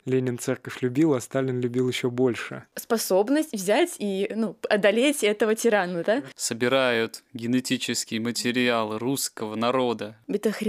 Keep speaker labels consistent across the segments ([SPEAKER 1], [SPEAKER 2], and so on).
[SPEAKER 1] Ленин церковь любил, а Сталин любил еще больше.
[SPEAKER 2] Способность взять и одолеть этого тирана, да?
[SPEAKER 3] Собирают генетический материал русского народа.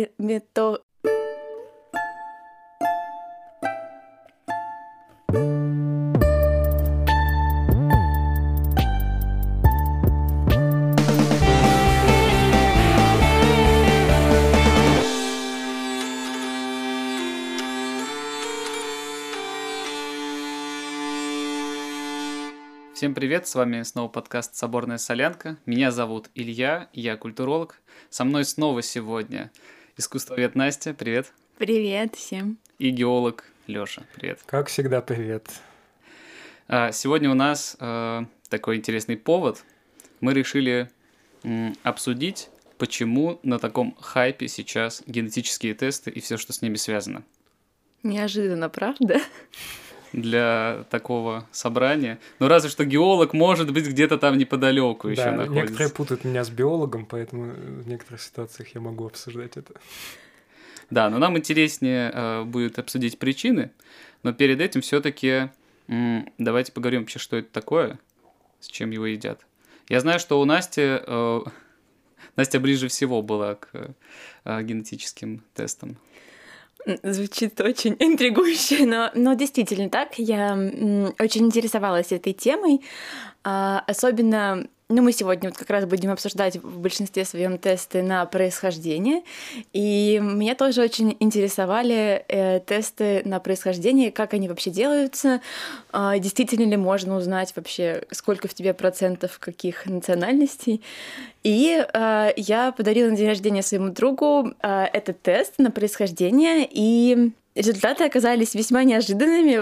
[SPEAKER 3] Всем привет, с вами снова подкаст «Соборная солянка». Меня зовут Илья, я культуролог. Со мной снова сегодня искусствовед Настя, привет.
[SPEAKER 2] Привет всем.
[SPEAKER 3] И геолог Лёша, привет.
[SPEAKER 1] Как всегда, привет.
[SPEAKER 3] Сегодня у нас такой интересный повод. Мы решили обсудить, почему на таком хайпе сейчас генетические тесты и все, что с ними связано.
[SPEAKER 2] Неожиданно, правда?
[SPEAKER 3] Для такого собрания. Но разве что геолог может быть где-то там неподалеку еще находится.
[SPEAKER 1] Некоторые путают меня с биологом, поэтому в некоторых ситуациях я могу обсуждать это.
[SPEAKER 3] Да, но нам интереснее будет обсудить причины, но перед этим все-таки давайте поговорим вообще, что это такое, с чем его едят. Я знаю, что у Насти... Настя ближе всего была к генетическим тестам.
[SPEAKER 2] Звучит очень интригующе, но действительно так. Я очень интересовалась этой темой. Особенно, мы сегодня вот как раз будем обсуждать в большинстве своем тесты на происхождение. И меня тоже очень интересовали тесты на происхождение, как они вообще делаются, действительно ли можно узнать вообще, сколько в тебе процентов каких национальностей. И я подарила на день рождения своему другу этот тест на происхождение, и результаты оказались весьма неожиданными,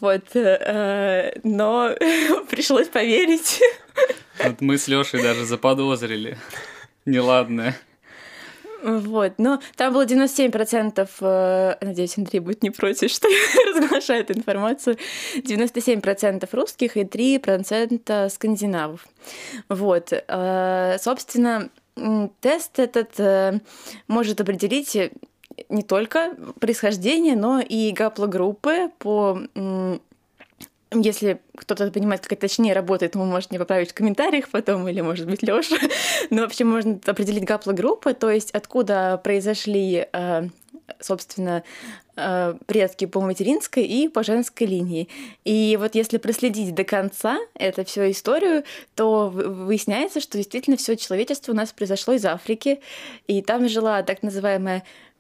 [SPEAKER 2] но пришлось поверить.
[SPEAKER 3] Вот мы с Лёшей даже заподозрили неладное.
[SPEAKER 2] Но там было 97%, надеюсь, Андрей будет не против, что я разглашаю эту информацию, 97% русских и 3% скандинавов. Собственно, тест этот может определить не только происхождение, но и гаплогруппы по... Если кто-то понимает, как это точнее работает, вы можете мне поправить в комментариях потом, или, может быть, Лёша. Но вообще можно определить гаплогруппы, то есть откуда произошли, собственно, предки по материнской и по женской линии. И вот если проследить до конца эту всю историю, то выясняется, что действительно все человечество у нас произошло из Африки, и там жила так называемая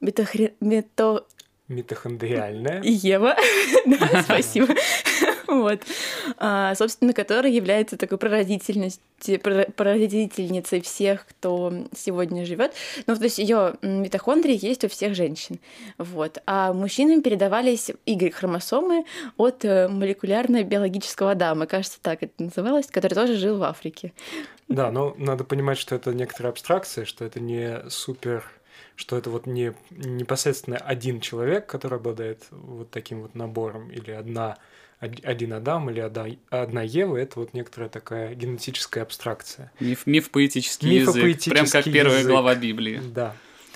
[SPEAKER 1] митохондриальная
[SPEAKER 2] Ева. Да, спасибо. Собственно, которая является такой прародительницей всех, кто сегодня живет. То есть ее митохондрии есть у всех женщин. А мужчинам передавались Y-хромосомы от молекулярно-биологического Адама, кажется, так это называлось, который тоже жил в Африке.
[SPEAKER 1] Да, но надо понимать, что это некоторая абстракция, что это не супер... что это вот не непосредственно один человек, который обладает вот таким вот набором, или один Адам, или одна Ева, это вот некоторая такая генетическая абстракция.
[SPEAKER 3] Миф-поэтический язык, прям как первая глава Библии.
[SPEAKER 1] Да.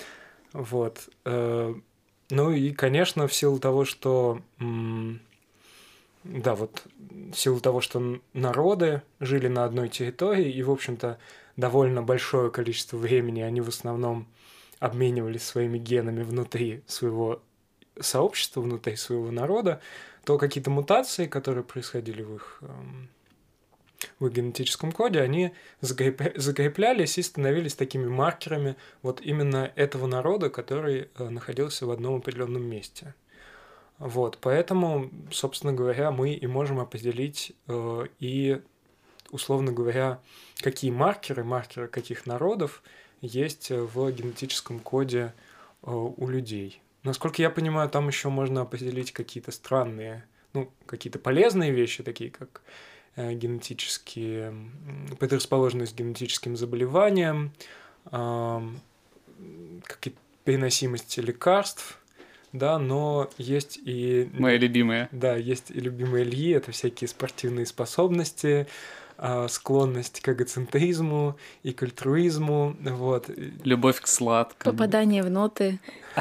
[SPEAKER 1] И, конечно, в силу того, что... в силу того, что народы жили на одной территории, и, в общем-то, довольно большое количество времени они в основном обменивались своими генами внутри своего сообщества, внутри своего народа, то какие-то мутации, которые происходили в их генетическом коде, они закреплялись и становились такими маркерами вот именно этого народа, который находился в одном определенном месте. Поэтому, собственно говоря, мы и можем определить и, условно говоря, какие маркеры каких народов есть в генетическом коде у людей. Насколько я понимаю, там еще можно определить какие-то странные, какие-то полезные вещи, такие как генетические, предрасположенность к генетическим заболеваниям, какие-то переносимость лекарств, да, но есть и...
[SPEAKER 3] Мои любимые.
[SPEAKER 1] Да, есть и любимые Ильи, это всякие спортивные способности, склонность к эгоцентризму и к альтруизму, вот.
[SPEAKER 3] Любовь к сладкому.
[SPEAKER 2] Попадание в ноты.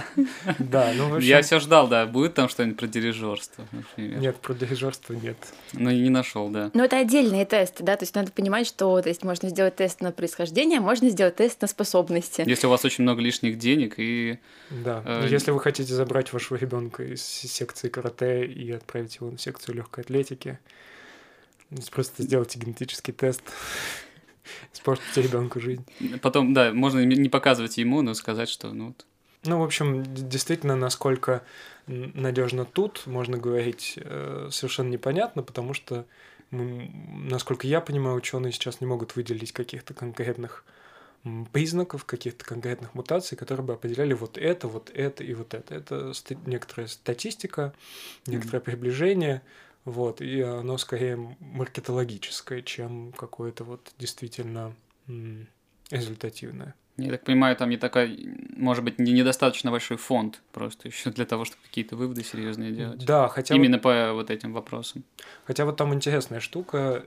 [SPEAKER 1] Да, ну, в общем...
[SPEAKER 3] Я все ждал, да, будет там что-нибудь про дирижерство, например.
[SPEAKER 1] Нет, про дирижерство нет.
[SPEAKER 3] Но не нашел, да.
[SPEAKER 2] Но это отдельные тесты, да, то есть надо понимать, что то есть можно сделать тест на происхождение, а можно сделать тест на способности.
[SPEAKER 3] Если у вас очень много лишних денег и...
[SPEAKER 1] Да, если вы хотите забрать вашего ребенка из секции карате и отправить его в секцию легкой атлетики, просто сделайте генетический тест, испортите ребенку жизнь.
[SPEAKER 3] Потом, да, можно не показывать ему, но сказать, что
[SPEAKER 1] Ну, в общем, действительно, насколько надежно тут, можно говорить, совершенно непонятно, потому что, насколько я понимаю, ученые сейчас не могут выделить каких-то конкретных признаков, каких-то конкретных мутаций, которые бы определяли вот это и вот это. Это некоторая статистика, некоторое приближение, вот, и оно скорее маркетологическое, чем какое-то вот действительно результативное.
[SPEAKER 3] Я так понимаю, там не такая, может быть, недостаточно большой фонд просто еще для того, чтобы какие-то выводы серьезные делать.
[SPEAKER 1] Да, хотя
[SPEAKER 3] именно по вот этим вопросам.
[SPEAKER 1] Хотя вот там интересная штука,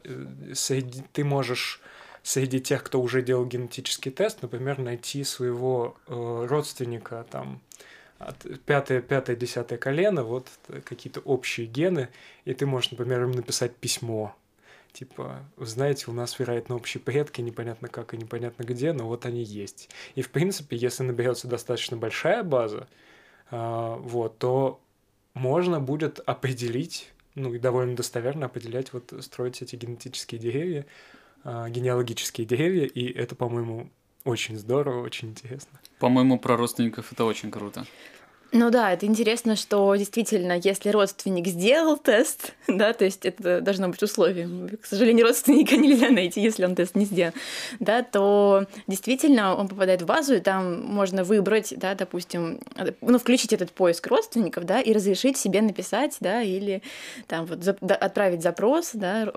[SPEAKER 1] ты можешь среди тех, кто уже делал генетический тест, например, найти своего родственника там от 5-10 колено, вот какие-то общие гены, и ты можешь, например, им написать письмо. Типа, вы знаете, у нас, вероятно, общие предки, непонятно как и непонятно где, но вот они есть. И, в принципе, если наберется достаточно большая база, вот, то можно будет определить, ну и довольно достоверно определять, вот строить эти генетические деревья, генеалогические деревья, и это, по-моему, очень здорово, очень интересно.
[SPEAKER 3] По-моему, про родственников это очень круто.
[SPEAKER 2] Ну да, это интересно, что действительно, если родственник сделал тест, да, то есть это должно быть условием. К сожалению, родственника нельзя найти, если он тест не сделал, да, то действительно он попадает в базу, и там можно выбрать, да, допустим, ну, включить этот поиск родственников, да, и разрешить себе написать, да, или там вот отправить запрос, да,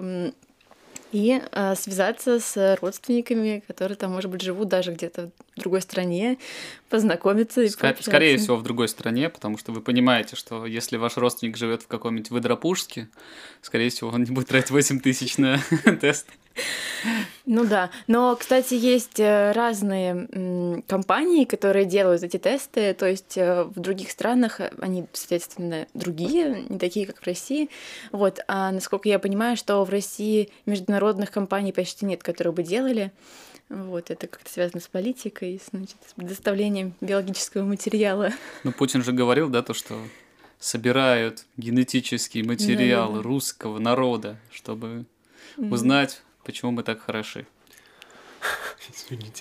[SPEAKER 2] и связаться с родственниками, которые там, может быть, живут даже где-то в другой стране, познакомиться и пообщаться.
[SPEAKER 3] Скорее всего, в другой стране, потому что вы понимаете, что если ваш родственник живет в каком-нибудь Выдропужске, скорее всего, он не будет тратить 8 тысяч на тест.
[SPEAKER 2] Ну да, но, кстати, есть разные компании, которые делают эти тесты, то есть в других странах они, соответственно, другие, не такие, как в России. Вот, а насколько я понимаю, что в России международных компаний почти нет, которые бы делали. Вот, это как-то связано с политикой, значит, с предоставлением биологического материала.
[SPEAKER 3] Ну, Путин же говорил, да, то, что собирают генетический материал русского народа, чтобы узнать, почему мы так хороши.
[SPEAKER 1] Извините.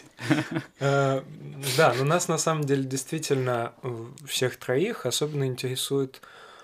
[SPEAKER 1] Да, но нас на самом деле действительно всех троих особенно интересует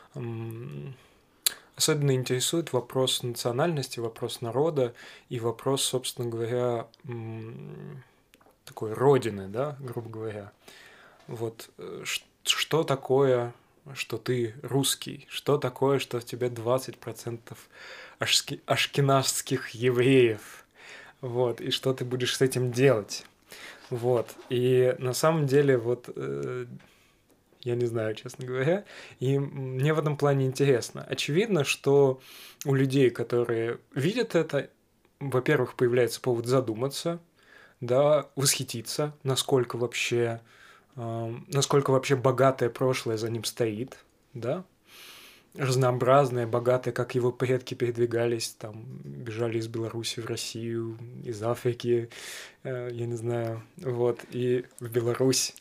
[SPEAKER 1] вопрос национальности, вопрос народа и вопрос, собственно говоря, такой родины, да, грубо говоря. Вот что такое, что ты русский? Что такое, что в тебе 20% ашкеназских евреев? Вот, и что ты будешь с этим делать? Вот, и на самом деле, вот, я не знаю, честно говоря, и мне в этом плане интересно. Очевидно, что у людей, которые видят это, во-первых, появляется повод задуматься, да, восхититься, насколько вообще богатое прошлое за ним стоит, да, разнообразное, богатое, как его предки передвигались, там, бежали из Беларуси в Россию, из Африки, я не знаю, вот, и в Беларусь.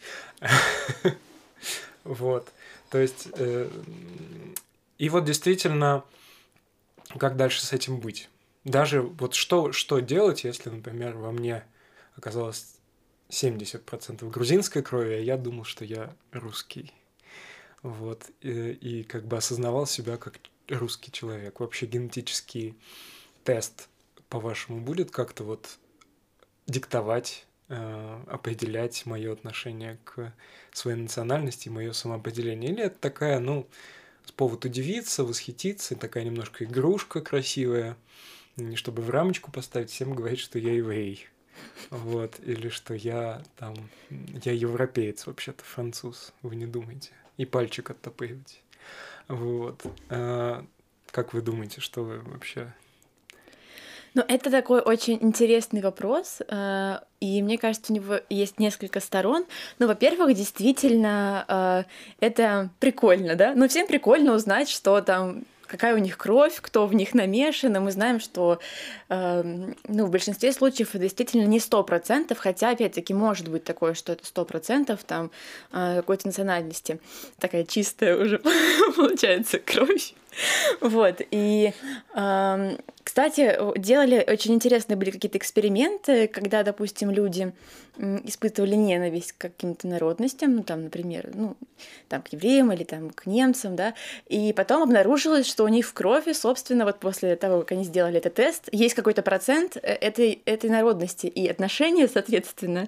[SPEAKER 1] Вот, то есть, и вот действительно, как дальше с этим быть? Даже вот что делать, если, например, во мне оказалось 70% грузинской крови, а я думал, что я русский. Вот, и как бы осознавал себя как русский человек. Вообще генетический тест, по-вашему, будет как-то вот диктовать, определять мое отношение к своей национальности, мое самоопределение? Или это такая, ну, повод удивиться, восхититься, такая немножко игрушка красивая, чтобы в рамочку поставить, всем говорить, что я еврей. Вот, или что я европеец, вообще-то француз, вы не думаете. И пальчик оттопыривать. Вот. Как вы думаете, что вы вообще
[SPEAKER 2] Ну, это такой очень интересный вопрос, и мне кажется, у него есть несколько сторон. Ну, во-первых, действительно, это прикольно, да? Ну, всем прикольно узнать, что там, какая у них кровь, кто в них намешан, и мы знаем, что, ну, в большинстве случаев это действительно не 100%, хотя, опять-таки, может быть такое, что это 100% там какой-то национальности. Такая чистая уже получается кровь. Вот, и, кстати, делали очень интересные были какие-то эксперименты, когда, допустим, люди испытывали ненависть к каким-то народностям, ну, там, например, ну, там, к евреям или там к немцам, да, и потом обнаружилось, что у них в крови, собственно, вот после того, как они сделали этот тест, есть какой-то процент этой народности, и отношение, соответственно,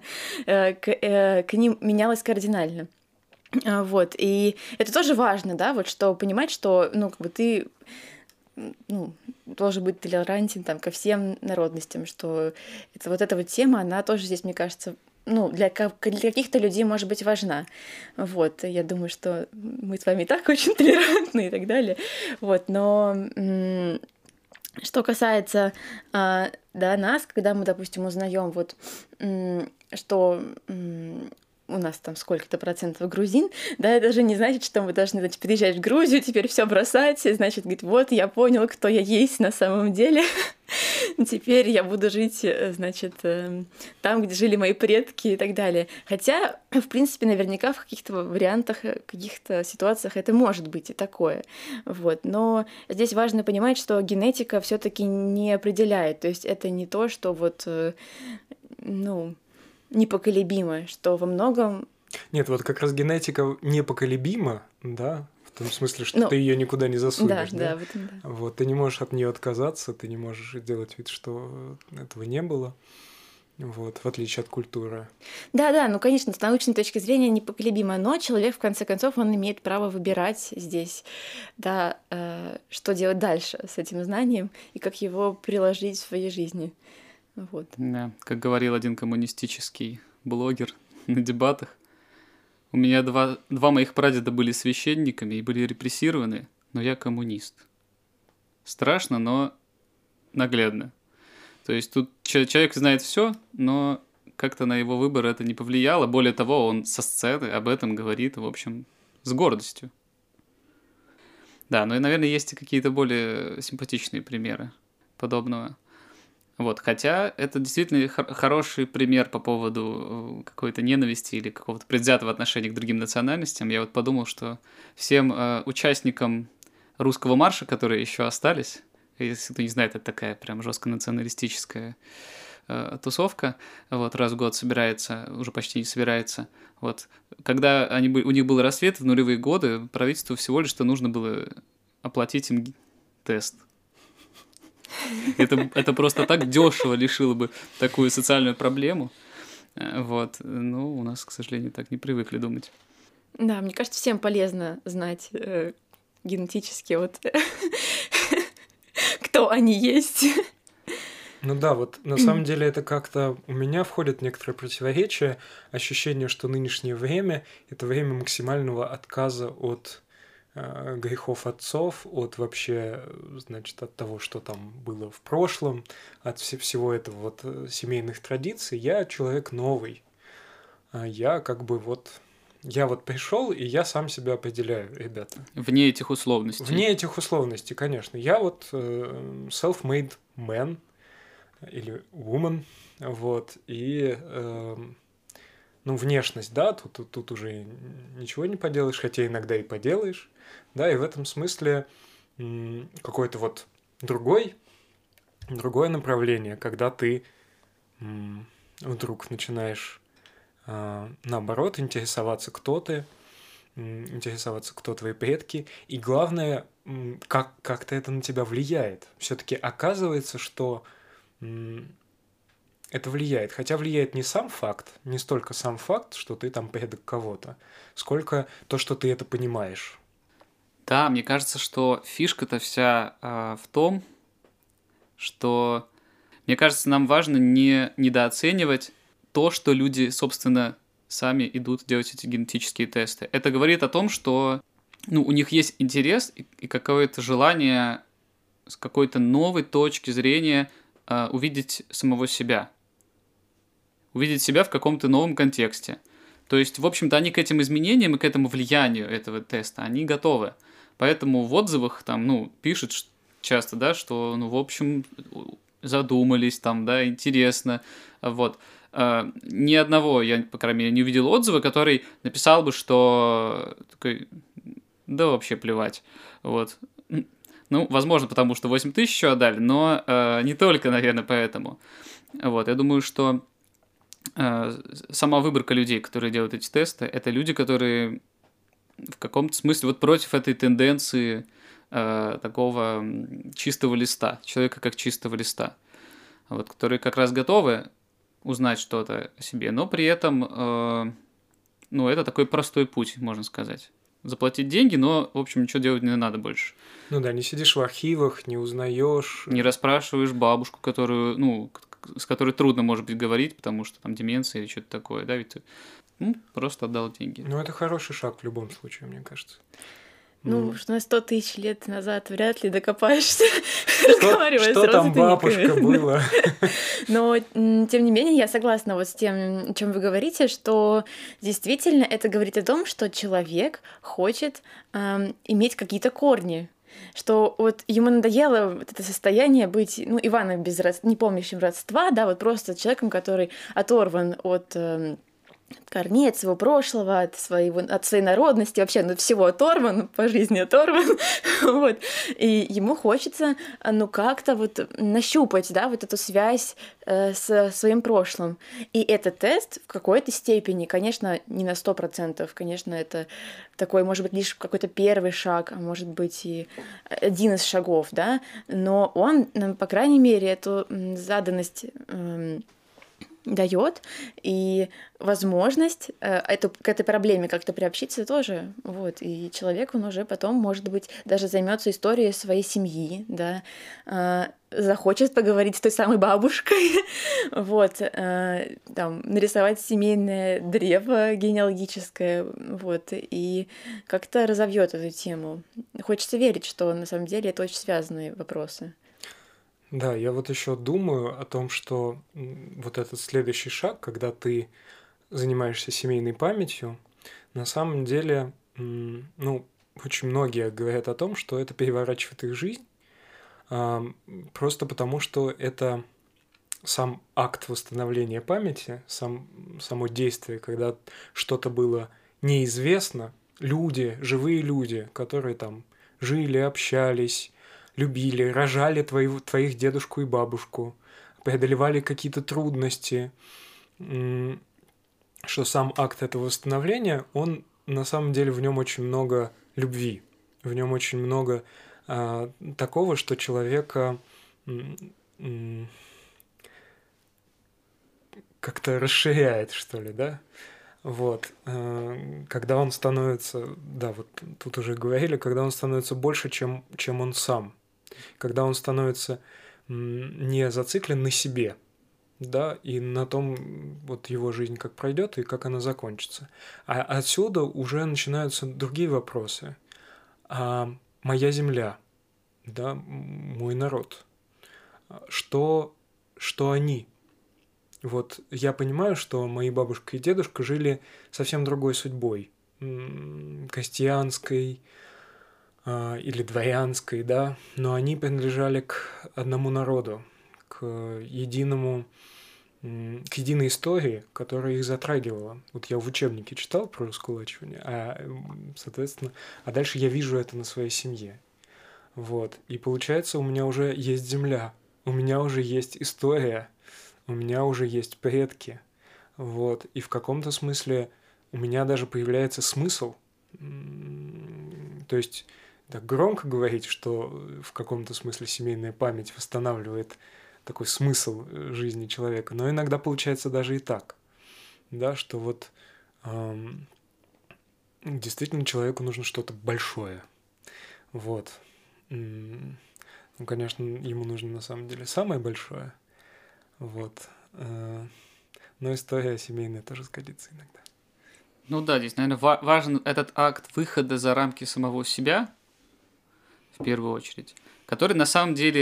[SPEAKER 2] к ним менялось кардинально. Вот, и это тоже важно, да, вот что понимать, что, ну, как бы ты, ну, должен быть толерантен там ко всем народностям, что это вот эта вот тема, она тоже здесь, мне кажется, ну, для каких-то людей может быть важна. Вот, я думаю, что мы с вами и так очень толерантны и так далее. Вот, но что касается, да, нас, когда мы, допустим, узнаем вот, что у нас там сколько-то процентов грузин, да, это же не значит, что мы должны, значит, приезжать в Грузию, теперь все бросать, и, значит, говорить, вот, я понял, кто я есть на самом деле, теперь я буду жить, значит, там, где жили мои предки и так далее. Хотя, в принципе, наверняка в каких-то вариантах, каких-то ситуациях это может быть и такое, вот. Но здесь важно понимать, что генетика все таки не определяет, то есть это не то, что вот, ну, непоколебимо, что во многом...
[SPEAKER 1] Нет, вот как раз генетика непоколебима, да, в том смысле, что ты ее никуда не засунешь, да?
[SPEAKER 2] Да, в этом, да.
[SPEAKER 1] Вот, ты не можешь от нее отказаться, ты не можешь делать вид, что этого не было, вот, в отличие от культуры.
[SPEAKER 2] Да, ну, конечно, с научной точки зрения непоколебимо, но человек, в конце концов, он имеет право выбирать здесь, да, что делать дальше с этим знанием и как его приложить в своей жизни. Вот.
[SPEAKER 3] Да, как говорил один коммунистический блогер на дебатах, у меня два моих прадеда были священниками и были репрессированы, но я коммунист. Страшно, но наглядно. То есть тут человек знает все, но как-то на его выбор это не повлияло. Более того, он со сцены об этом говорит, в общем, с гордостью. Да, ну и, наверное, есть и какие-то более симпатичные примеры подобного. Вот, хотя это действительно хороший пример по поводу какой-то ненависти или какого-то предвзятого отношения к другим национальностям. Я вот подумал, что всем участникам русского марша, которые еще остались, если кто не знает, это такая прям жестко националистическая тусовка, вот, раз в год собирается, уже почти не собирается. Вот, когда у них был рассвет в нулевые годы, правительству всего лишь-то нужно было оплатить им тест. Это просто так дешево решило бы такую социальную проблему. Вот. Но у нас, к сожалению, так не привыкли думать.
[SPEAKER 2] Да, мне кажется, всем полезно знать генетически вот кто они есть.
[SPEAKER 1] Ну да, вот на самом деле это как-то у меня входит некоторое противоречие, ощущение, что нынешнее время — это время максимального отказа от грехов отцов, от вообще, значит, от того, что там было в прошлом, от всего этого вот семейных традиций. Я человек новый. Я как бы вот... Я вот пришел, и я сам себя определяю, ребята.
[SPEAKER 3] Вне этих условностей.
[SPEAKER 1] Вне этих условностей, конечно. Я вот self-made man или woman, вот, и... Ну, внешность, да, тут уже ничего не поделаешь, хотя иногда и поделаешь, да, и в этом смысле какое-то вот другое направление, когда ты вдруг начинаешь, наоборот, интересоваться, кто ты, интересоваться, кто твои предки, и главное, как-то это на тебя влияет. Все-таки оказывается, что... Это влияет. Хотя влияет не сам факт, не столько сам факт, что ты там предок кого-то, сколько то, что ты это понимаешь.
[SPEAKER 3] Да, мне кажется, что фишка-то вся в том, что, мне кажется, нам важно не недооценивать то, что люди, собственно, сами идут делать эти генетические тесты. Это говорит о том, что у них есть интерес и какое-то желание с какой-то новой точки зрения увидеть самого себя. Увидеть себя в каком-то новом контексте. То есть, в общем-то, они к этим изменениям и к этому влиянию этого теста, они готовы. Поэтому в отзывах там, пишут часто, да, что, в общем, задумались там, да, интересно, вот. Ни одного, я, по крайней мере, не увидел отзыва, который написал бы, что такой, да вообще плевать, вот. Возможно, потому что 8 тысяч еще отдали, но не только, наверное, поэтому. Вот, я думаю, что сама выборка людей, которые делают эти тесты, это люди, которые в каком-то смысле вот против этой тенденции такого чистого листа, человека как чистого листа, вот, которые как раз готовы узнать что-то о себе, но при этом, это такой простой путь, можно сказать. Заплатить деньги, но, в общем, ничего делать не надо больше.
[SPEAKER 1] Ну да, не сидишь в архивах, не узнаешь.
[SPEAKER 3] Не расспрашиваешь бабушку, с которой трудно, может быть, говорить, потому что там деменция или что-то такое, да, ведь ты просто отдал деньги.
[SPEAKER 1] Ну, это хороший шаг в любом случае, мне кажется.
[SPEAKER 2] Что на 100 тысяч лет назад вряд ли докопаешься, разговаривая с
[SPEAKER 1] Что там
[SPEAKER 2] родственниками.
[SPEAKER 1] бабушка было?
[SPEAKER 2] Но, тем не менее, я согласна вот с тем, о чем вы говорите, что действительно это говорит о том, что человек хочет иметь какие-то корни, что вот ему надоело вот это состояние быть, Иваном не помнящим родства, да, вот просто человеком, который оторван от корней, от своего прошлого, от своей народности, вообще, всего оторван, по жизни оторван, вот, и ему хочется, как-то вот нащупать, да, вот эту связь со своим прошлым, и этот тест в какой-то степени, конечно, не на 100%, конечно, это такой, может быть, лишь какой-то первый шаг, а может быть и один из шагов, да, но он, по крайней мере, эту заданность дает и возможность к этой проблеме как-то приобщиться тоже, вот, и человек, он уже потом, может быть, даже займется историей своей семьи, да, захочет поговорить с той самой бабушкой, вот, там, нарисовать семейное древо генеалогическое, вот, и как-то разовьет эту тему. Хочется верить, что на самом деле это очень связанные вопросы.
[SPEAKER 1] Да, я вот еще думаю о том, что вот этот следующий шаг, когда ты занимаешься семейной памятью, на самом деле, очень многие говорят о том, что это переворачивает их жизнь, просто потому что это сам акт восстановления памяти, само действие, когда что-то было неизвестно, живые люди, которые там жили, общались, любили, рожали твоих дедушку и бабушку, преодолевали какие-то трудности, что сам акт этого восстановления, он на самом деле в нем очень много любви, в нем очень много такого, что человека как-то расширяет, что ли, да? Вот. Когда он становится, да, вот тут уже говорили, когда он становится больше, чем он сам. Когда он становится не зациклен на себе, да, и на том, вот его жизнь как пройдет и как она закончится. А отсюда уже начинаются другие вопросы. Моя земля, да, мой народ, что они? Вот я понимаю, что мои бабушка и дедушка жили совсем другой судьбой, крестьянской или дворянской, да, но они принадлежали к одному народу, к единой истории, которая их затрагивала. Вот я в учебнике читал про раскулачивание, соответственно, дальше я вижу это на своей семье. Вот. И получается, у меня уже есть земля, у меня уже есть история, у меня уже есть предки. Вот. И в каком-то смысле у меня даже появляется смысл. То есть так громко говорить, что в каком-то смысле семейная память восстанавливает такой смысл жизни человека, но иногда получается даже и так, да, что вот действительно человеку нужно что-то большое, вот. Конечно, ему нужно на самом деле самое большое, вот. Но история семейная тоже сгодится иногда.
[SPEAKER 3] Ну да, здесь, наверное, важен этот акт выхода за рамки самого себя, в первую очередь, который на самом деле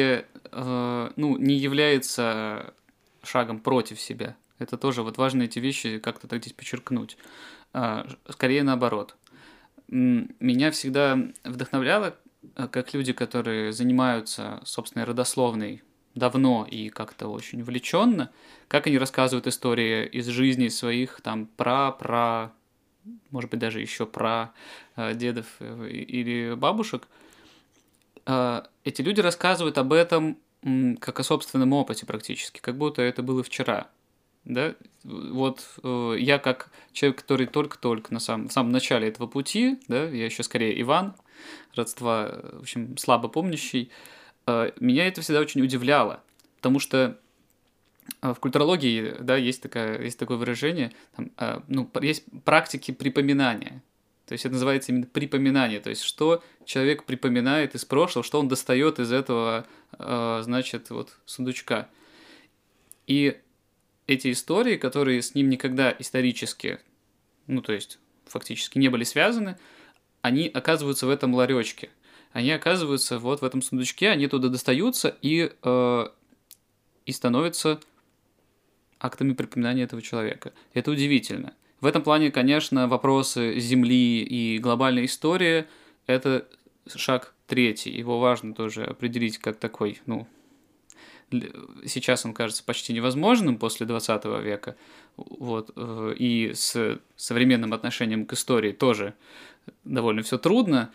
[SPEAKER 3] не является шагом против себя. Это тоже вот важно эти вещи как-то так здесь подчеркнуть. Скорее наоборот. Меня всегда вдохновляло, как люди, которые занимаются собственной родословной давно и как-то очень увлеченно, как они рассказывают истории из жизни своих там может быть, даже еще дедов или бабушек. Эти люди рассказывают об этом как о собственном опыте практически, как будто это было вчера. Да? Вот я как человек, который только-только в самом начале этого пути, да, я еще скорее Иван, родства, в общем, слабо помнящий, меня это всегда очень удивляло, потому что в культурологии, да, есть такое выражение, есть практики припоминания. То есть это называется именно припоминание, то есть что человек припоминает из прошлого, что он достает из этого, сундучка. И эти истории, которые с ним никогда исторически, то есть фактически не были связаны, они оказываются в этом ларечке. Они оказываются вот в этом сундучке, они туда достаются и становятся актами припоминания этого человека. Это удивительно. В этом плане, конечно, вопросы Земли и глобальной истории – это шаг третий. Его важно тоже определить как такой, сейчас он кажется почти невозможным после 20 века, и с современным отношением к истории тоже довольно все трудно,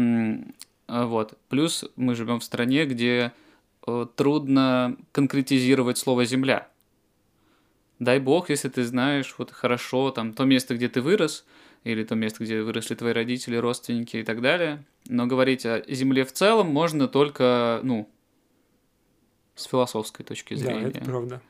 [SPEAKER 3] Плюс мы живем в стране, где трудно конкретизировать слово «земля». Дай бог, если ты знаешь хорошо там то место, где ты вырос, или то место, где выросли твои родители, родственники и так далее, но говорить о земле в целом можно только, с философской точки зрения.
[SPEAKER 1] Да, это правда.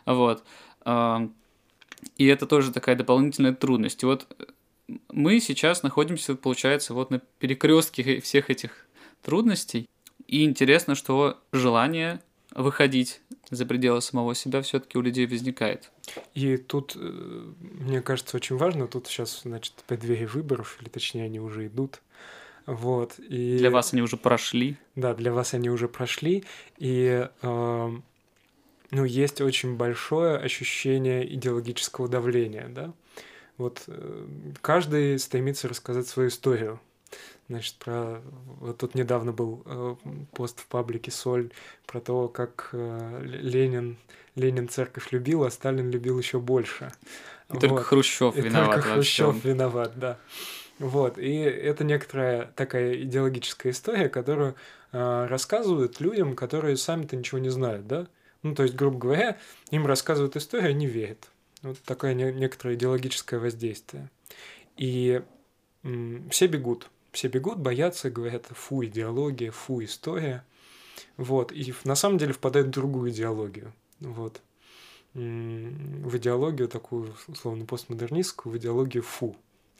[SPEAKER 3] И это тоже такая дополнительная трудность. И мы сейчас находимся, получается, на перекрестке всех этих трудностей. И интересно, что желание выходить за пределы самого себя все-таки у людей возникает.
[SPEAKER 1] И тут, мне кажется, очень важно, тут сейчас, преддверие выборов, или точнее, они уже идут. И...
[SPEAKER 3] Для вас они уже прошли.
[SPEAKER 1] Да, для вас они уже прошли. И есть очень большое ощущение идеологического давления, да. Каждый стремится рассказать свою историю. Тут недавно был пост в паблике «Соль» про то, как Ленин церковь любил, а Сталин любил еще больше.
[SPEAKER 3] И только Хрущев виноват.
[SPEAKER 1] Только Хрущев виноват, да. И это некоторая такая идеологическая история, которую рассказывают людям, которые сами-то ничего не знают, да? То есть, грубо говоря, им рассказывают историю, они верят. Такое некоторое идеологическое воздействие. И все бегут, боятся, говорят: фу, идеология, фу, история. И на самом деле впадают в другую идеологию. В идеологию такую, условно, постмодернистскую, в идеологию фу.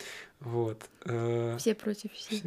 [SPEAKER 2] Все против всех.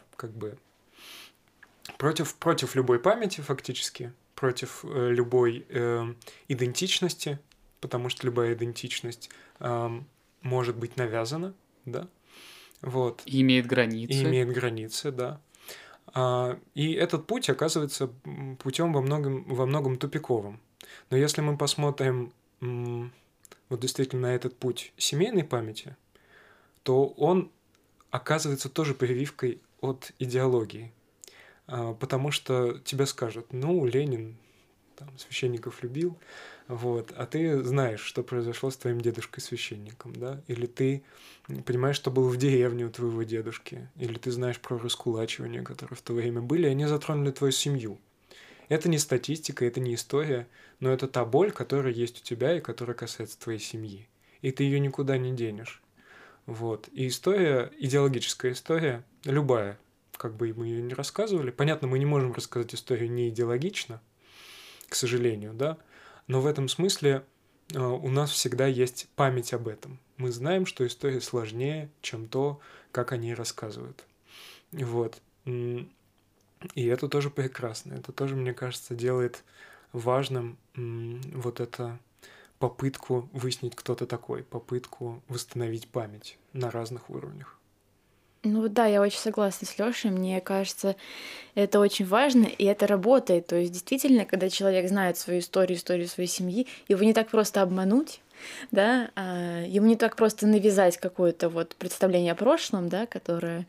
[SPEAKER 1] Против любой памяти фактически, против любой идентичности, потому что любая идентичность может быть навязана, да.
[SPEAKER 3] И имеет
[SPEAKER 1] границы, да. И этот путь оказывается путем во многом тупиковым. Но если мы посмотрим действительно на этот путь семейной памяти, то он оказывается тоже прививкой от идеологии. Потому что тебе скажут: Ленин священников любил, а ты знаешь, что произошло с твоим дедушкой-священником, да? Или ты понимаешь, что было в деревне у твоего дедушки, или ты знаешь про раскулачивания, которые в то время были, и они затронули твою семью. Это не статистика, это не история, но это та боль, которая есть у тебя и которая касается твоей семьи. И ты ее никуда не денешь. И история, идеологическая история, любая, как бы мы ее ни рассказывали, понятно, мы не можем рассказать историю не идеологично, к сожалению, да, но в этом смысле у нас всегда есть память об этом. Мы знаем, что история сложнее, чем то, как они рассказывают. И это тоже прекрасно. Это тоже, мне кажется, делает важным это попытку выяснить, кто ты такой, попытку восстановить память на разных уровнях.
[SPEAKER 2] Ну да, я очень согласна с Лёшей. Мне кажется, это очень важно, и это работает. То есть действительно, когда человек знает свою историю, историю своей семьи, его не так просто обмануть, да, ему не так просто навязать какое-то вот представление о прошлом, да, которое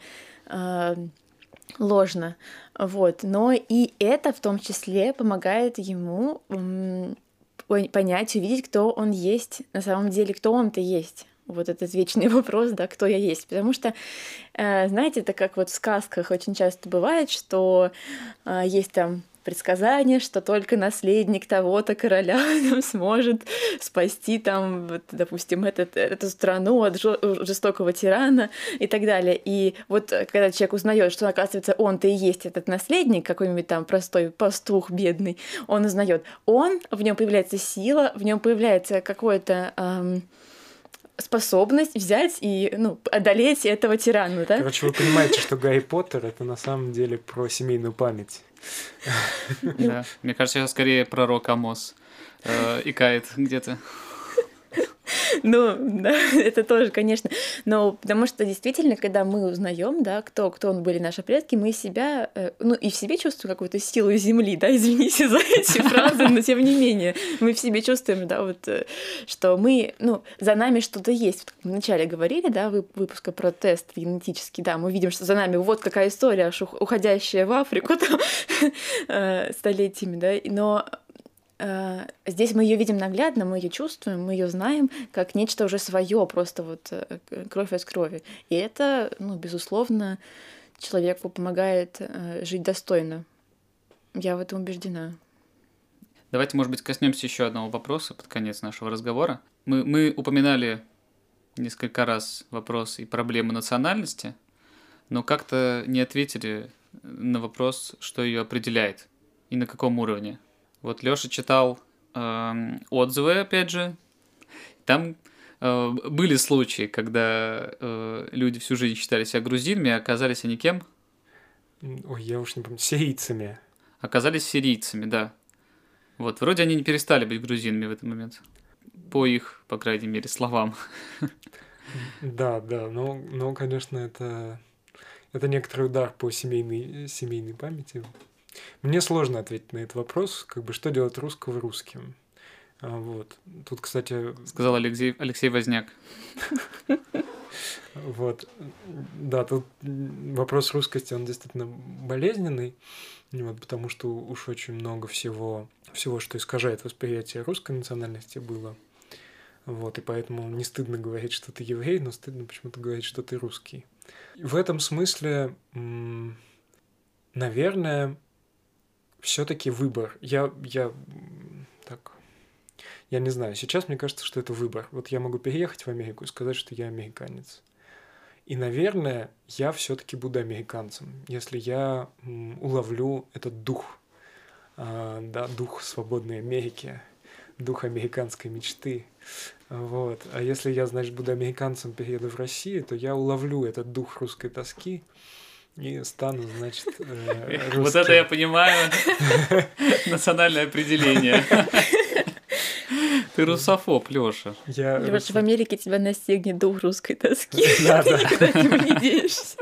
[SPEAKER 2] ложно, вот. Но и это в том числе помогает ему понять, увидеть, кто он есть на самом деле, кто он-то есть. Вот этот вечный вопрос, да, кто я есть. Потому что, знаете, это как вот в сказках очень часто бывает, что есть там предсказание, что только наследник того-то короля сможет спасти там, вот, допустим, эту страну от жестокого тирана и так далее. И вот когда человек узнает, что, оказывается, он-то и есть этот наследник, какой-нибудь там простой пастух бедный, он узнает, в нем появляется сила, в нем появляется какое-то способность взять и, одолеть этого тирана, да?
[SPEAKER 1] Короче, вы понимаете, что Гарри Поттер — это на самом деле про семейную память.
[SPEAKER 3] Да, мне кажется, я скорее пророк Амос икает где-то.
[SPEAKER 2] Ну, да, это тоже, конечно. Но потому что действительно, когда мы узнаем, да, кто были наши предки, мы себя, и в себе чувствуем какую-то силу земли, да, извините за эти фразы, но тем не менее, мы в себе чувствуем, да, вот, что мы, за нами что-то есть. Вот, как мы вначале говорили, да, выпуска про тест генетический, да, мы видим, что за нами вот какая история, аж уходящая в Африку там, столетиями, да, но здесь мы ее видим наглядно, мы ее чувствуем, мы ее знаем как нечто уже свое, просто вот кровь из крови. И это, безусловно, человеку помогает жить достойно. Я в этом убеждена.
[SPEAKER 3] Давайте, может быть, коснемся еще одного вопроса под конец нашего разговора. Мы упоминали несколько раз вопрос и проблему национальности, но как-то не ответили на вопрос, что ее определяет и на каком уровне. Вот Лёша читал отзывы, опять же. Там были случаи, когда люди всю жизнь считали себя грузинами, а оказались они кем?
[SPEAKER 1] Ой, я уж не помню. Сирийцами.
[SPEAKER 3] Оказались сирийцами, да. Вот, вроде они не перестали быть грузинами в этот момент. По их, по крайней мере, словам.
[SPEAKER 1] Да, но, конечно, это некоторый удар по семейной памяти. Мне сложно ответить на этот вопрос, что делать русского русским. Вот. Тут, кстати...
[SPEAKER 3] Сказал Алексей Возняк.
[SPEAKER 1] Вот. Да, тут вопрос русскости, он действительно болезненный, вот, потому что уж очень много всего, что искажает восприятие русской национальности, было. Вот, и поэтому не стыдно говорить, что ты еврей, но стыдно почему-то говорить, что ты русский. В этом смысле, наверное, все-таки выбор. Я не знаю. Сейчас мне кажется, что это выбор. Вот я могу переехать в Америку и сказать, что я американец. И, наверное, я все-таки буду американцем, если я уловлю этот дух, дух свободной Америки, дух американской мечты. Вот. А если я, значит, буду американцем, перееду в Россию, то я уловлю этот дух русской тоски и стану, значит, русским.
[SPEAKER 3] Вот это я понимаю. Национальное определение. Ты русофоб, Лёша.
[SPEAKER 2] Лёша, в Америке тебя настигнет дух русской тоски.
[SPEAKER 1] Да.
[SPEAKER 2] Никуда не денешься.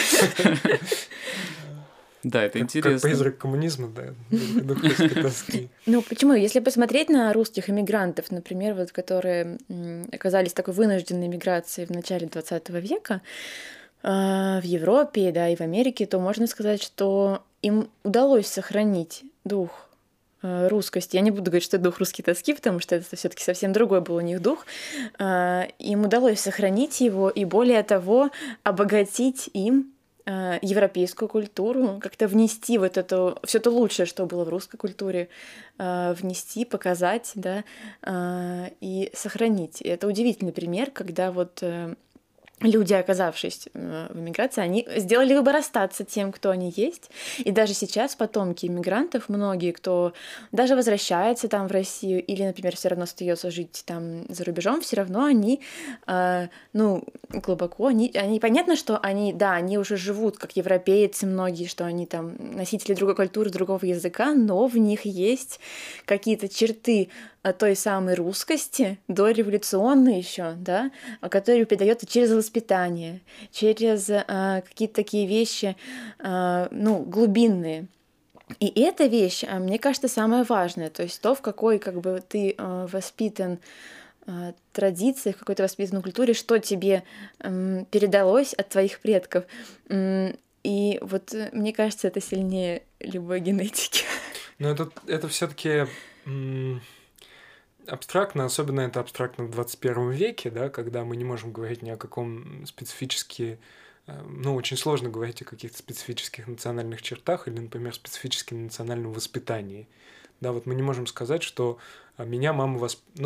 [SPEAKER 3] Да, это интересно.
[SPEAKER 1] Как призрак коммунизма, да, дух русской тоски.
[SPEAKER 2] Почему? Если посмотреть на русских эмигрантов, например, вот, которые оказались в такой вынужденной миграции в начале 20 века, в Европе, да, и в Америке, то можно сказать, что им удалось сохранить дух русскости. Я не буду говорить, что это дух русской тоски, потому что это все-таки совсем другой был у них дух. Им удалось сохранить его и, более того, обогатить им европейскую культуру, как-то внести вот это все то лучшее, что было в русской культуре, внести, показать, да, и сохранить. И это удивительный пример, когда вот люди, оказавшись в эмиграции, они сделали выбор остаться тем, кто они есть. И даже сейчас потомки иммигрантов, многие, кто даже возвращается там в Россию или, например, все равно остается жить там за рубежом, все равно они, глубоко, они понятно, что они уже живут как европейцы многие, что они там носители другой культуры, другого языка, но в них есть какие-то черты той самой русскости, дореволюционной еще, да, которая передается через воспитание, через какие-то такие вещи, ну, глубинные. И эта вещь, мне кажется, самая важная, то есть то, в какой как бы ты воспитан традиции, в какой-то воспитанной культуре, что тебе передалось от твоих предков. И вот мне кажется, это сильнее любой генетики.
[SPEAKER 1] Но это все-таки абстрактно, особенно это абстрактно в 21 веке, да, когда мы не можем говорить ни о каком специфически, ну, очень сложно говорить о каких-то специфических национальных чертах или, например, специфическом национальном воспитании. Да, вот мы не можем сказать, что меня мама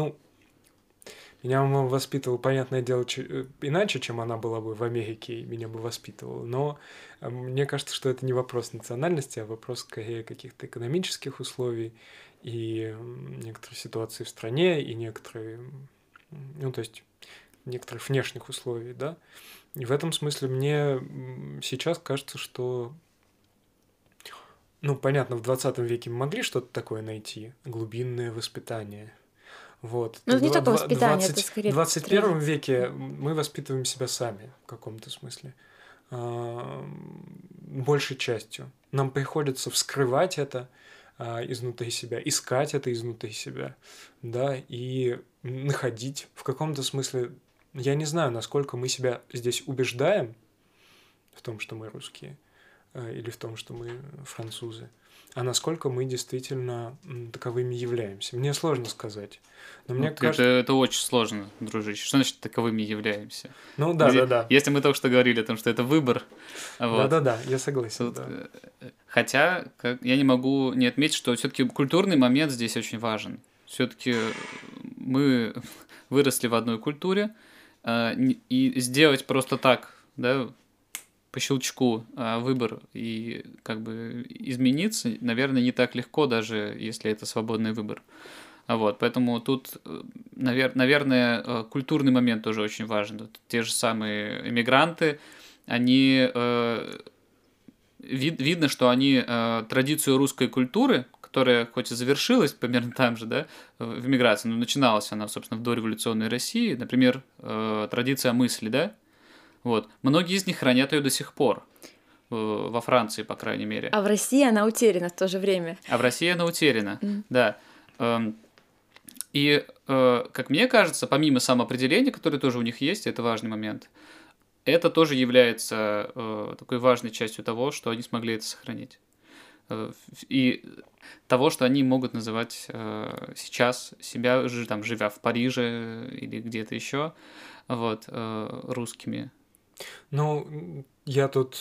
[SPEAKER 1] воспитывала, понятное дело, иначе, чем она была бы в Америке и меня бы воспитывала. Но мне кажется, что это не вопрос национальности, а вопрос скорее каких-то экономических условий и некоторые ситуации в стране, и некоторые, ну, то есть некоторых внешних условий, да. И в этом смысле мне сейчас кажется, что, ну, понятно, в 20 веке мы могли что-то такое найти, глубинное воспитание. Вот.
[SPEAKER 2] Ну, это не только воспитание, это скорее
[SPEAKER 1] В 21 веке мы воспитываем себя сами в каком-то смысле. Большей частью. Нам приходится вскрывать это изнутри себя, искать это изнутри себя, да, и находить в каком-то смысле. Я не знаю, насколько мы себя здесь убеждаем в том, что мы русские, или в том, что мы французы, а насколько мы действительно таковыми являемся. Мне сложно сказать. Но мне кажется...
[SPEAKER 3] Это очень сложно, дружище. Что значит таковыми являемся?
[SPEAKER 1] Ну да, да.
[SPEAKER 3] Если мы только что говорили о том, что это выбор. Вот.
[SPEAKER 1] Да, я согласен.
[SPEAKER 3] Тут, хотя я не могу не отметить, что все-таки культурный момент здесь очень важен. Все-таки мы выросли в одной культуре, и сделать просто так, да, по щелчку выбор и как бы измениться, наверное, не так легко, даже если это свободный выбор. Вот, поэтому тут, наверное, культурный момент тоже очень важен. Те же самые эмигранты, они видно, что они традицию русской культуры, которая хоть и завершилась примерно там же, да, в эмиграции, но начиналась она, собственно, в дореволюционной России, например, традиция мысли, да, вот. Многие из них хранят ее до сих пор. Во Франции, по крайней мере.
[SPEAKER 2] А в России она утеряна в то же время.
[SPEAKER 3] А в России она утеряна, да. И, как мне кажется, помимо самоопределения, которое тоже у них есть, это важный момент, это тоже является такой важной частью того, что они смогли это сохранить. И того, что они могут называть сейчас себя, там, живя в Париже или где-то еще, вот, русскими.
[SPEAKER 1] Ну, у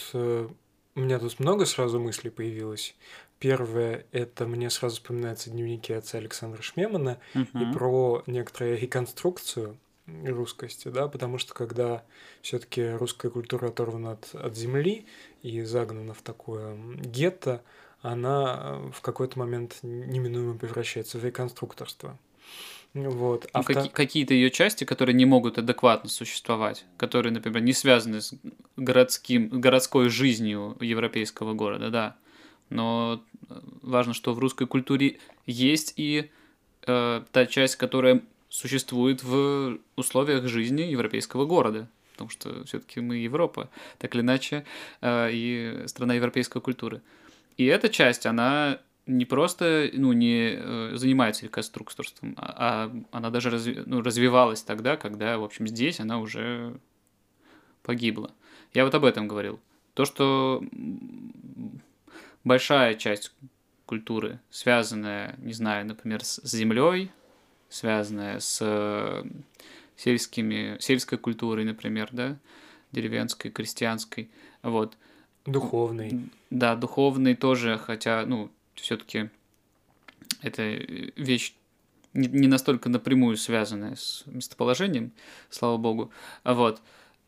[SPEAKER 1] меня тут много сразу мыслей появилось. Первое, это мне сразу вспоминаются дневники отца Александра Шмемана и про некоторую реконструкцию русскости, да, потому что когда все-таки русская культура оторвана от земли и загнана в такое гетто, она в какой-то момент неминуемо превращается в реконструкторство. Вот.
[SPEAKER 3] Какие-то ее части, которые не могут адекватно существовать, которые, например, не связаны с городской жизнью европейского города, да. Но важно, что в русской культуре есть и та часть, которая существует в условиях жизни европейского города. Потому что все-таки мы Европа, так или иначе, и страна европейской культуры. И эта часть, она не просто не занимается реконструкторством, а она даже развивалась тогда, когда, в общем, здесь она уже погибла. Я вот об этом говорил. То, что большая часть культуры, связанная, не знаю, например, с землей, связанная с сельской культурой, например, да, деревенской, крестьянской, вот.
[SPEAKER 1] Духовной.
[SPEAKER 3] Да, духовной тоже, хотя, все-таки это вещь не настолько напрямую связанная с местоположением, слава богу. Вот.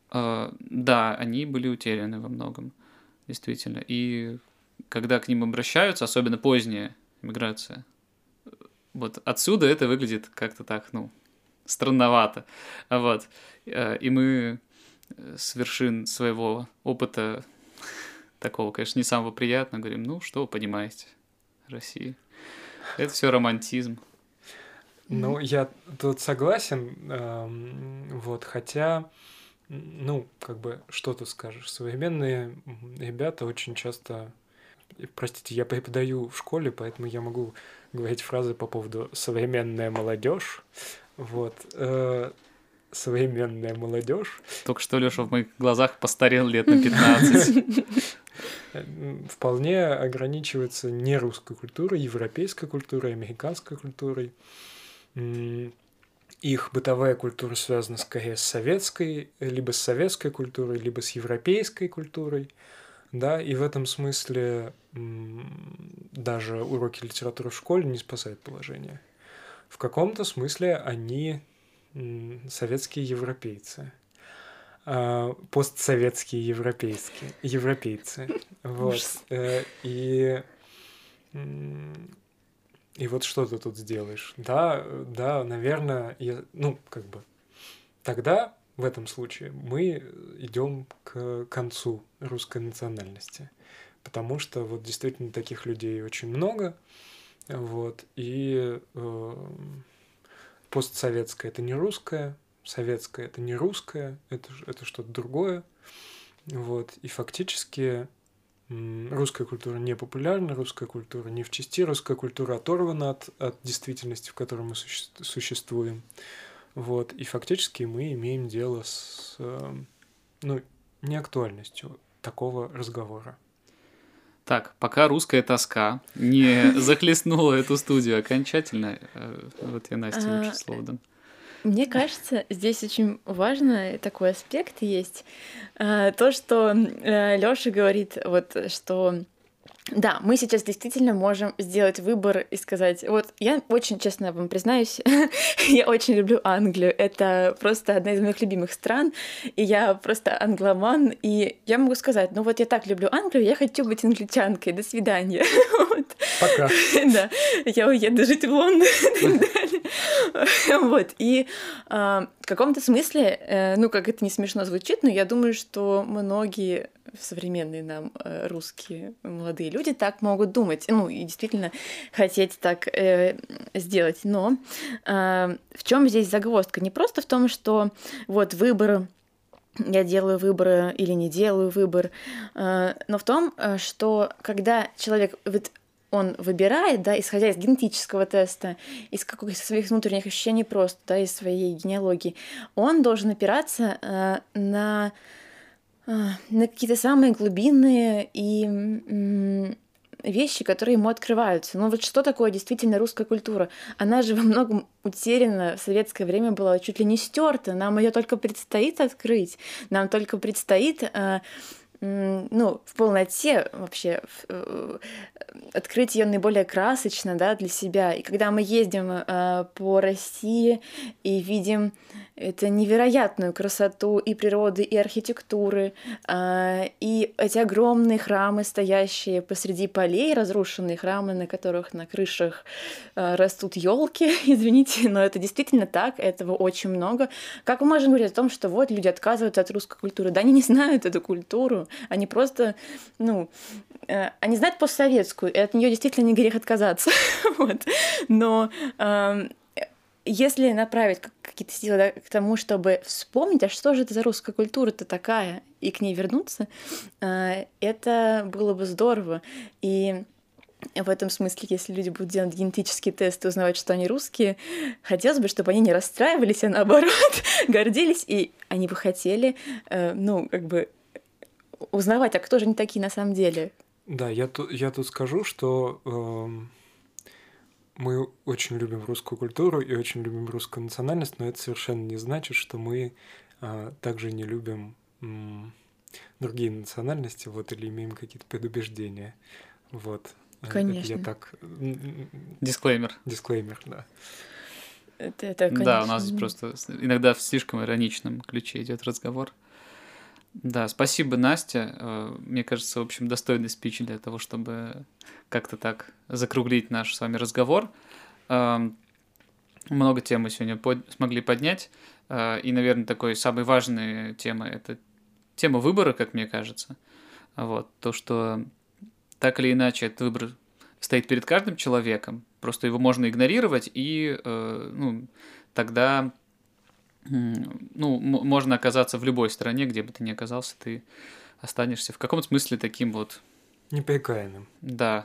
[SPEAKER 3] Да, они были утеряны во многом, действительно. И когда к ним обращаются, особенно поздняя миграция, вот отсюда это выглядит как-то так, странновато. Вот. И мы с вершин своего опыта, такого, конечно, не самого приятного, говорим, что вы понимаете, Россия. Это все романтизм.
[SPEAKER 1] Ну, я тут согласен, вот, хотя, как бы, что тут скажешь? Современные ребята очень часто... Простите, я преподаю в школе, поэтому я могу говорить фразы по поводу «современная молодежь». Вот. Современная молодежь.
[SPEAKER 3] Только что Лёша в моих глазах постарел лет на 15.
[SPEAKER 1] Вполне ограничивается не русской культурой, европейской культурой, американской культурой. Их бытовая культура связана скорее с советской, либо с советской культурой, либо с европейской культурой. Да, и в этом смысле даже уроки литературы в школе не спасают положение. В каком-то смысле они советские европейцы. Постсоветские европейцы. Вот. И вот что ты тут сделаешь? Да, наверное, тогда в этом случае мы идем к концу русской национальности, потому что вот действительно таких людей очень много, вот, и постсоветское — это не русское, советское — это не русское, это что-то другое, вот, и фактически русская культура не популярна, русская культура не в чести, русская культура оторвана от действительности, в которой мы существуем. Вот, и фактически мы имеем дело с неактуальностью такого разговора.
[SPEAKER 3] Так, пока русская тоска не захлестнула эту студию окончательно, вот я Насте лучше слово дам.
[SPEAKER 2] Мне кажется, здесь очень важный такой аспект есть. То, что Лёша говорит, вот что... Да, мы сейчас действительно можем сделать выбор и сказать, вот я очень честно вам признаюсь, я очень люблю Англию, это просто одна из моих любимых стран, и я просто англоман, и я могу сказать, ну вот я так люблю Англию, я хочу быть англичанкой, до свидания.
[SPEAKER 1] Пока.
[SPEAKER 2] Да, я уеду жить в Лондон и так далее. Вот, и в каком-то смысле, как это не смешно звучит, но я думаю, что многие современные нам русские молодые люди так могут думать, и действительно хотеть так сделать. Но в чем здесь загвоздка? Не просто в том, что вот выбор, я делаю выбор или не делаю выбор, но в том, что когда человек он выбирает, да, исходя из генетического теста, из каких-то своих внутренних ощущений просто, да, из своей генеалогии, он должен опираться на какие-то самые глубинные и вещи, которые ему открываются. Ну вот что такое действительно русская культура? Она же во многом утеряна, в советское время была чуть ли не стерта. Нам ее только предстоит открыть, нам только предстоит в полноте вообще открыть ее наиболее красочно, да, для себя. И когда мы ездим по России и видим это невероятную красоту и природы, и архитектуры, и эти огромные храмы, стоящие посреди полей, разрушенные храмы, на которых на крышах растут елки, извините, но это действительно так, этого очень много. Как мы можем говорить о том, что вот люди отказываются от русской культуры? Да они не знают эту культуру, они просто, они знают постсоветскую, и от нее действительно не грех отказаться. Вот. Но если направить какие-то силы, да, к тому, чтобы вспомнить, а что же это за русская культура-то такая, и к ней вернуться, это было бы здорово. И в этом смысле, если люди будут делать генетические тесты, узнавать, что они русские, хотелось бы, чтобы они не расстраивались, а наоборот гордились, и они бы хотели, узнавать, а кто же они такие на самом деле.
[SPEAKER 1] Да, я тут скажу, что мы очень любим русскую культуру и очень любим русскую национальность, но это совершенно не значит, что мы также не любим другие национальности, вот, или имеем какие-то предубеждения. Вот.
[SPEAKER 2] Конечно.
[SPEAKER 1] Это я так...
[SPEAKER 3] Дисклеймер.
[SPEAKER 1] Дисклеймер, да.
[SPEAKER 2] Это, конечно.
[SPEAKER 3] Да, у нас здесь просто иногда в слишком ироничном ключе идет разговор. Да, спасибо, Настя. Мне кажется, в общем, достойный спич для того, чтобы как-то так закруглить наш с вами разговор. Много тем мы сегодня смогли поднять. И, наверное, такой самой важной темой — это тема выбора, как мне кажется. Вот. То, что так или иначе этот выбор стоит перед каждым человеком. Просто его можно игнорировать, и тогда можно оказаться в любой стране, где бы ты ни оказался, ты останешься в каком-то смысле таким вот...
[SPEAKER 1] Непрекаянным.
[SPEAKER 3] Да.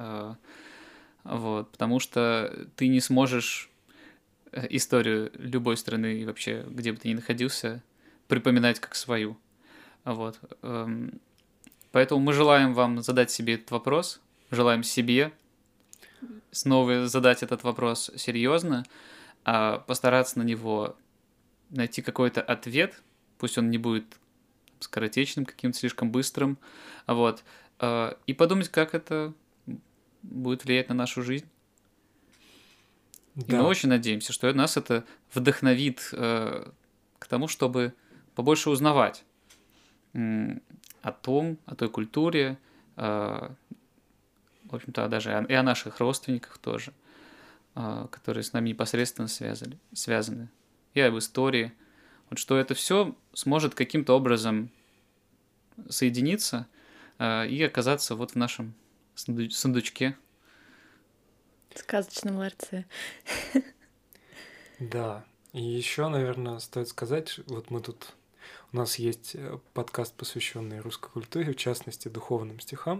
[SPEAKER 3] Потому что ты не сможешь историю любой страны и вообще, где бы ты ни находился, припоминать как свою. Поэтому мы желаем вам задать себе этот вопрос, желаем себе снова задать этот вопрос серьезно, постараться на него найти какой-то ответ, пусть он не будет скоротечным, каким-то слишком быстрым, и подумать, как это будет влиять на нашу жизнь.
[SPEAKER 1] Да.
[SPEAKER 3] И мы очень надеемся, что нас это вдохновит к тому, чтобы побольше узнавать о той культуре, в общем-то, даже и о наших родственниках тоже, которые с нами непосредственно связаны, и об истории. Что это все сможет каким-то образом соединиться и оказаться вот в нашем сундучке.
[SPEAKER 2] Сказочном ларце.
[SPEAKER 1] Да. И еще, наверное, стоит сказать, у нас есть подкаст, посвященный русской культуре, в частности, духовным стихам.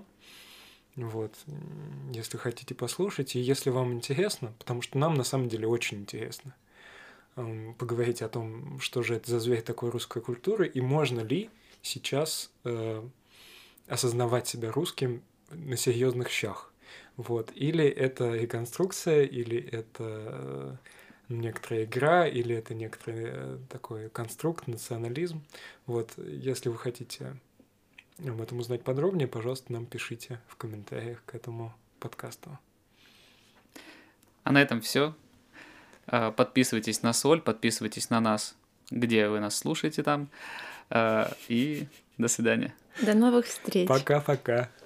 [SPEAKER 1] Если хотите послушать, и если вам интересно, потому что нам на самом деле очень интересно поговорить о том, что же это за зверь такой русской культуры, и можно ли сейчас осознавать себя русским на серьезных щах. Или это реконструкция, или это некоторая игра, или это некоторый такой конструкт, национализм. Если вы хотите об этом узнать подробнее, пожалуйста, нам пишите в комментариях к этому подкасту.
[SPEAKER 3] А на этом все. Подписывайтесь на Соль, подписывайтесь на нас, где вы нас слушаете там. И до свидания.
[SPEAKER 2] До новых встреч.
[SPEAKER 1] Пока-пока.